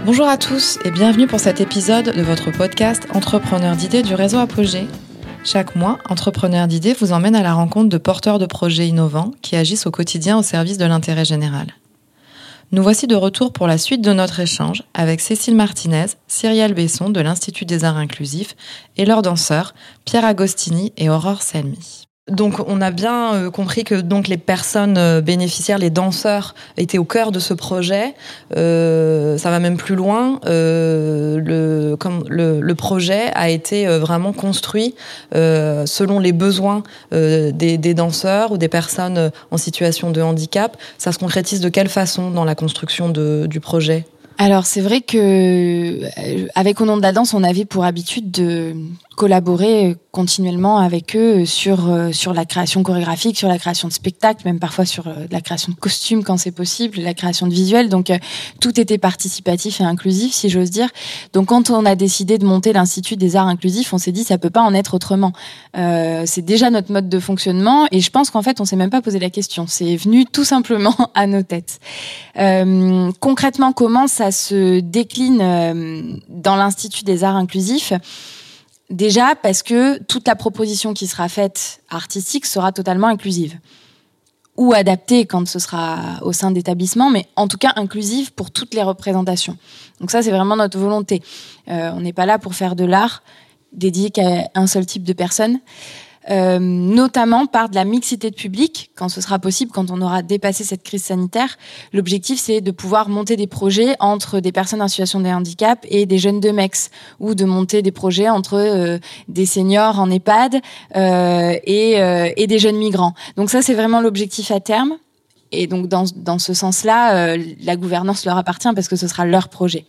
Bonjour à tous et bienvenue pour cet épisode de votre podcast Entrepreneurs d'idées du réseau Apogée. Chaque mois, Entrepreneurs d'idées vous emmène à la rencontre de porteurs de projets innovants qui agissent au quotidien au service de l'intérêt général. Nous voici de retour pour la suite de notre échange avec Cécile Martinez, Cyrielle Besson de l'Institut des Arts Inclusifs et leurs danseurs Pierre Agostini et Aurore Selmy. Donc on a bien compris que donc les personnes bénéficiaires, les danseurs, étaient au cœur de ce projet. Ça va même plus loin. Le projet a été vraiment construit selon les besoins des danseurs ou des personnes en situation de handicap. Ça se concrétise de quelle façon dans la construction du projet ? Alors c'est vrai que avec Au nom de la danse, on avait pour habitude de collaborer continuellement avec eux sur la création chorégraphique, sur la création de spectacles, même parfois sur la création de costumes quand c'est possible, la création de visuels. Donc tout était participatif et inclusif, si j'ose dire. Donc quand on a décidé de monter l'Institut des Arts Inclusifs, on s'est dit ça peut pas en être autrement. C'est déjà notre mode de fonctionnement et je pense qu'en fait on s'est même pas posé la question. C'est venu tout simplement à nos têtes. Concrètement, comment ça se décline dans l'Institut des Arts Inclusifs ? Déjà parce que toute la proposition qui sera faite artistique sera totalement inclusive. Ou adaptée quand ce sera au sein d'établissements, mais en tout cas inclusive pour toutes les représentations. Donc ça, c'est vraiment notre volonté. On n'est pas là pour faire de l'art dédié qu'à un seul type de personne. Notamment par de la mixité de public, quand ce sera possible, quand on aura dépassé cette crise sanitaire. L'objectif, c'est de pouvoir monter des projets entre des personnes en situation de handicap et des jeunes de MEX, ou de monter des projets entre des seniors en EHPAD et des jeunes migrants. Donc ça, c'est vraiment l'objectif à terme. Et donc dans ce sens-là, la gouvernance leur appartient parce que ce sera leur projet.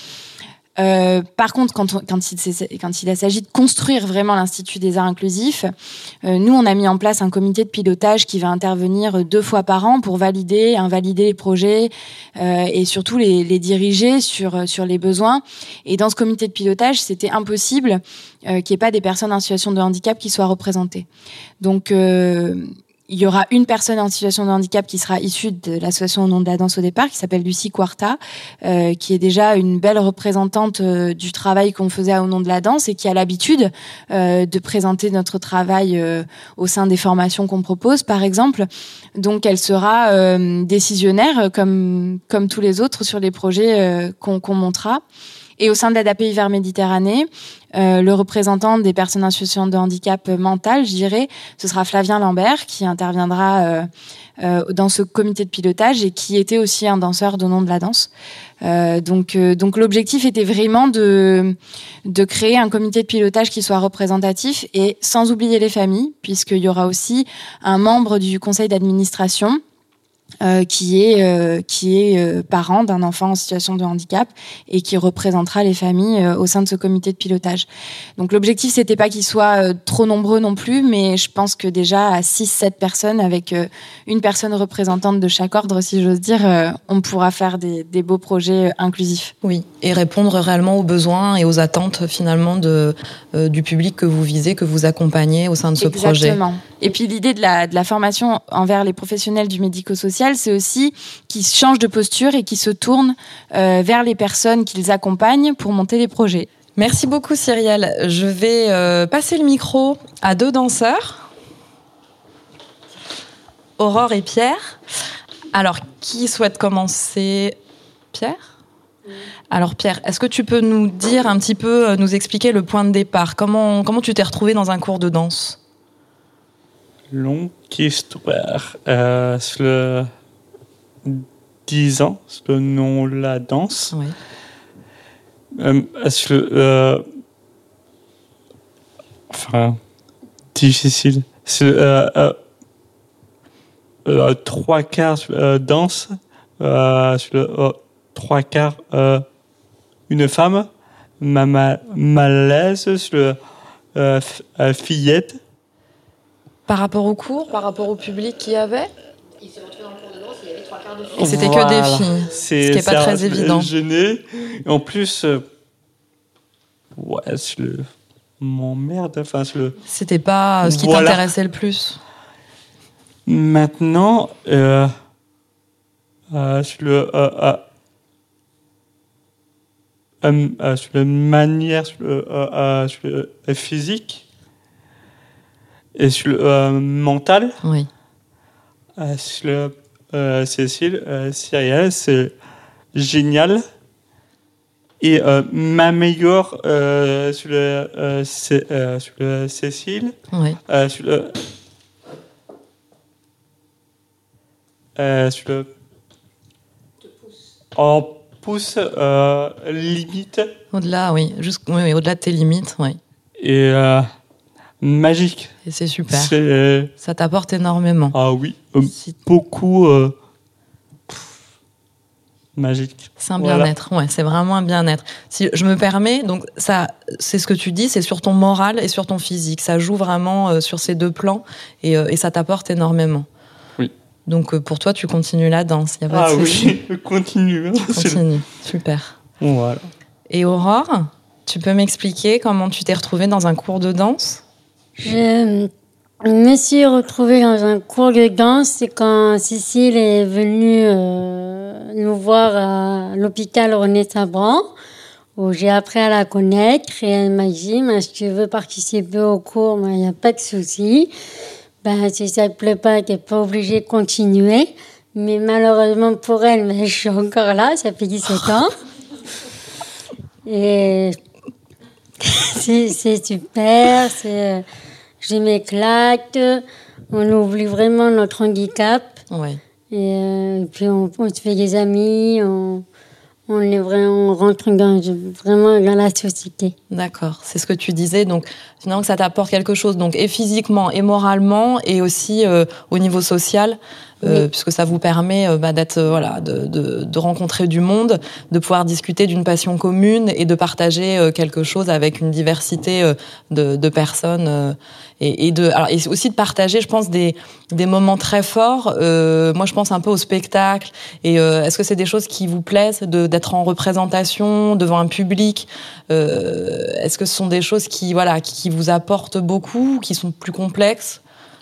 Par contre, quand il s'agit de construire vraiment l'Institut des Arts Inclusifs, nous, on a mis en place un comité de pilotage qui va intervenir 2 fois par an pour valider, invalider les projets et surtout les diriger sur les besoins. Et dans ce comité de pilotage, c'était impossible qu'il n'y ait pas des personnes en situation de handicap qui soient représentées. Donc, il y aura une personne en situation de handicap qui sera issue de l'association Au nom de la danse au départ, qui s'appelle Lucie Quarta, qui est déjà une belle représentante du travail qu'on faisait Au nom de la danse et qui a l'habitude de présenter notre travail au sein des formations qu'on propose, par exemple. Donc, elle sera décisionnaire comme tous les autres sur les projets qu'on montera. Et au sein de l'ADAP Hiver Méditerranée, le représentant des personnes en situation de handicap mental, je dirais, ce sera Flavien Lambert, qui interviendra dans ce comité de pilotage et qui était aussi un danseur d'Au nom de la danse. Donc l'objectif était vraiment de créer un comité de pilotage qui soit représentatif et sans oublier les familles, puisqu'il y aura aussi un membre du conseil d'administration qui est parent d'un enfant en situation de handicap et qui représentera les familles au sein de ce comité de pilotage. Donc l'objectif, c'était pas qu'ils soient trop nombreux non plus, mais je pense que déjà à 6-7 personnes, avec une personne représentante de chaque ordre, si j'ose dire, on pourra faire des beaux projets inclusifs. Oui, et répondre réellement aux besoins et aux attentes finalement du public que vous visez, que vous accompagnez au sein de ce projet. Exactement. Et puis l'idée de la formation envers les professionnels du médico-social, c'est aussi qu'ils changent de posture et qu'ils se tournent vers les personnes qu'ils accompagnent pour monter les projets. Merci beaucoup Cyrielle. Je vais passer le micro à 2 danseurs, Aurore et Pierre. Alors, qui souhaite commencer ? Pierre ? Alors Pierre, est-ce que tu peux nous dire un petit peu, nous expliquer le point de départ ? Comment tu t'es retrouvé dans un cours de danse ? Longue histoire. C'est le 10 ans, c'est le nom de la danse. Oui. Difficile. C'est 3 quarts danse, 3 quarts une femme, malaise, fillette. Par rapport au cours, par rapport au public qu'il y avait ? Il s'est retrouvé dans le cours de danse, il y avait 3 quarts de filles. Et c'était que des filles, ce qui n'est pas très évident. Gêné. En plus, m'emmerde. Enfin, c'était pas ce qui t'intéressait le plus. Maintenant, sur la manière sur le physique et sur le mental. Oui. Sur le Cécile, Cyrielle, c'est génial. Et m'améliore sur le Cécile, Oui. sur le en pouce limite Au-delà, oui. Oui, au-delà de tes limites, oui. et magique. Et c'est super. C'est Ça t'apporte énormément. ah oui, Si- beaucoup magique. C'est un Voilà. bien-être, ouais, c'est vraiment un bien-être. Si je me permets, donc ça, c'est ce que tu dis, c'est sur ton moral et sur ton physique. Ça joue vraiment sur ces deux plans et ça t'apporte énormément. Oui. Donc pour toi, tu continues la danse, il y a pas Ah de souci. oui, continue. Hein, c'est- Continue, super. Voilà. Et Aurore, tu peux m'expliquer comment tu t'es retrouvée dans un cours de danse ? Je me suis retrouvée dans un cours de danse, c'est quand Cécile est venue nous voir à l'hôpital René Sabran, où j'ai appris à la connaître et elle m'a dit, si tu veux participer au cours, il n'y a pas de souci. Si ça te plaît pas, tu n'es pas obligé de continuer. Mais malheureusement pour elle, je suis encore là, ça fait 17 ans. Et c'est super, je m'éclate, on oublie vraiment notre handicap. Ouais. Et puis on se fait des amis, on rentre vraiment dans la société. D'accord, c'est ce que tu disais. Donc, finalement, que ça t'apporte quelque chose, donc et physiquement, et moralement, et aussi au niveau social, Oui. puisque ça vous permet d'être, de rencontrer du monde, de pouvoir discuter d'une passion commune et de partager quelque chose avec une diversité de personnes et aussi de partager, je pense, des moments très forts. Moi, je pense un peu au spectacle. Et est-ce que c'est des choses qui vous plaisent, d'être en représentation devant un public? Est-ce que ce sont des choses qui vous apportent beaucoup, qui sont plus complexes?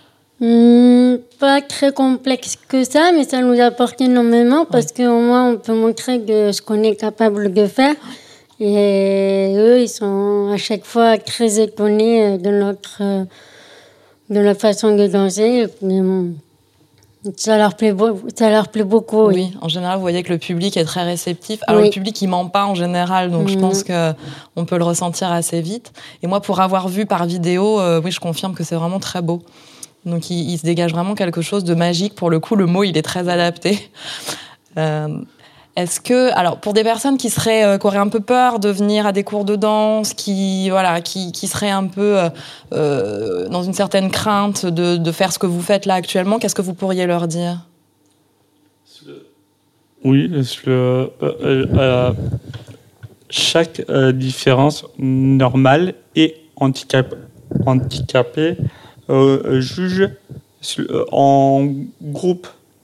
Pas très complexe que ça, mais ça nous apporte énormément parce qu'au moins on peut montrer ce qu'on est capable de faire. Et eux, ils sont à chaque fois très étonnés de notre façon de danser. Mais bon, ça leur plaît beaucoup. Oui, en général, vous voyez que le public est très réceptif. Alors, Oui. le public, il ment pas en général, donc je pense qu'on peut le ressentir assez vite. Et moi, pour avoir vu par vidéo, oui, je confirme que c'est vraiment très beau. Donc, il se dégage vraiment quelque chose de magique. Pour le coup, le mot, il est très adapté. Est-ce que, alors, pour des personnes qui auraient un peu peur de venir à des cours de danse, qui seraient un peu dans une certaine crainte de faire ce que vous faites là actuellement, qu'est-ce que vous pourriez leur dire ? Oui, chaque différence normale et handicapée juge en groupe.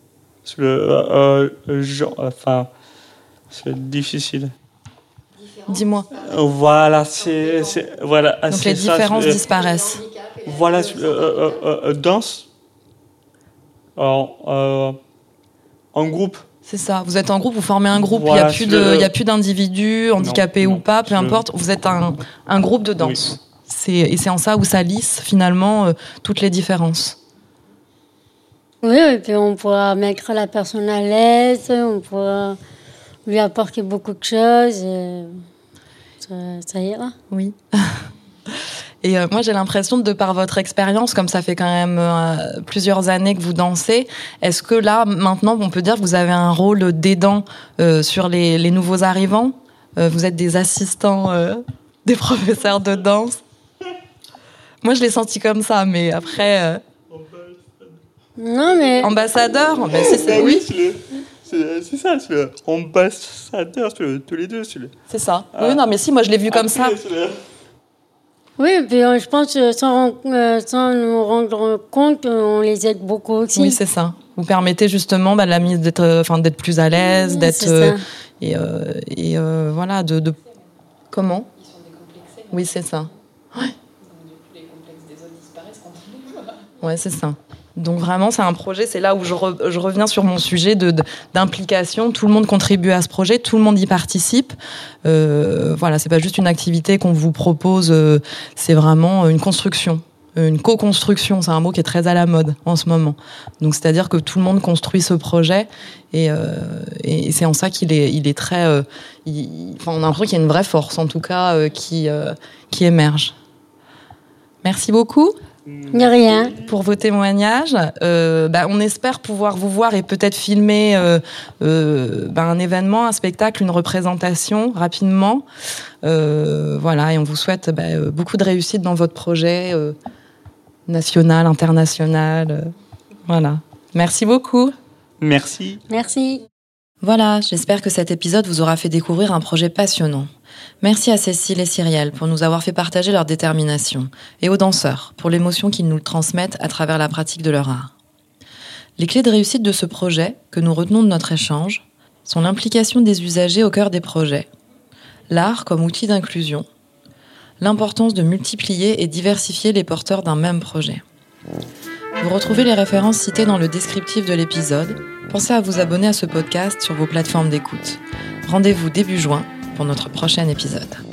C'est difficile. Dis-moi. Voilà, voilà. Donc les différences disparaissent. Voilà, danse en groupe. C'est ça. Vous êtes en groupe, vous formez un groupe. Voilà, il y a plus d'individus handicapés ou pas, peu importe. Vous êtes un groupe de danse. Oui. Et c'est en ça où ça lisse finalement toutes les différences. Oui, et puis on pourra mettre la personne à l'aise, on pourra lui apporter beaucoup de choses. Et ça ira. Oui. Et moi, j'ai l'impression, de par votre expérience, comme ça fait quand même plusieurs années que vous dansez, est-ce que là, maintenant, on peut dire que vous avez un rôle d'aidant sur les nouveaux arrivants ? Vous êtes des assistants des professeurs de danse ? Moi, je l'ai senti comme ça, mais après... Non, mais... Ambassadeur ? Ben, oui. C'est ça, c'est l'ambassadeur, tous les deux. C'est ça. Oui, non, mais si, moi, je l'ai vu comme ça. Oui, et puis je pense que sans nous rendre compte, on les aide beaucoup aussi. Oui, c'est ça. Vous permettez justement la mise d'être plus à l'aise, Oui, d'être c'est ça. voilà, de comment ? Ils sont décomplexés. Oui, c'est ça. Ouais. Les complexes des autres disparaissent quand on les voit. Ouais, c'est ça. Donc vraiment, c'est un projet, c'est là où je reviens sur mon sujet d'implication. Tout le monde contribue à ce projet, tout le monde y participe. Voilà, c'est pas juste une activité qu'on vous propose, c'est vraiment une construction. Une co-construction, c'est un mot qui est très à la mode en ce moment. Donc, c'est-à-dire que tout le monde construit ce projet et c'est en ça qu'il est très... on a l'impression qu'il y a une vraie force, en tout cas, qui émerge. Merci beaucoup. De rien. Pour vos témoignages. On espère pouvoir vous voir et peut-être filmer un événement, un spectacle, une représentation rapidement. Voilà, et on vous souhaite beaucoup de réussite dans votre projet national, international. Voilà. Merci beaucoup. Merci. Merci. Voilà, j'espère que cet épisode vous aura fait découvrir un projet passionnant. Merci à Cécile et Cyrielle pour nous avoir fait partager leur détermination, et aux danseurs pour l'émotion qu'ils nous transmettent à travers la pratique de leur art. Les clés de réussite de ce projet, que nous retenons de notre échange, sont l'implication des usagers au cœur des projets, l'art comme outil d'inclusion, l'importance de multiplier et diversifier les porteurs d'un même projet. Vous retrouvez les références citées dans le descriptif de l'épisode. Pensez à vous abonner à ce podcast sur vos plateformes d'écoute. Rendez-vous début juin pour notre prochain épisode.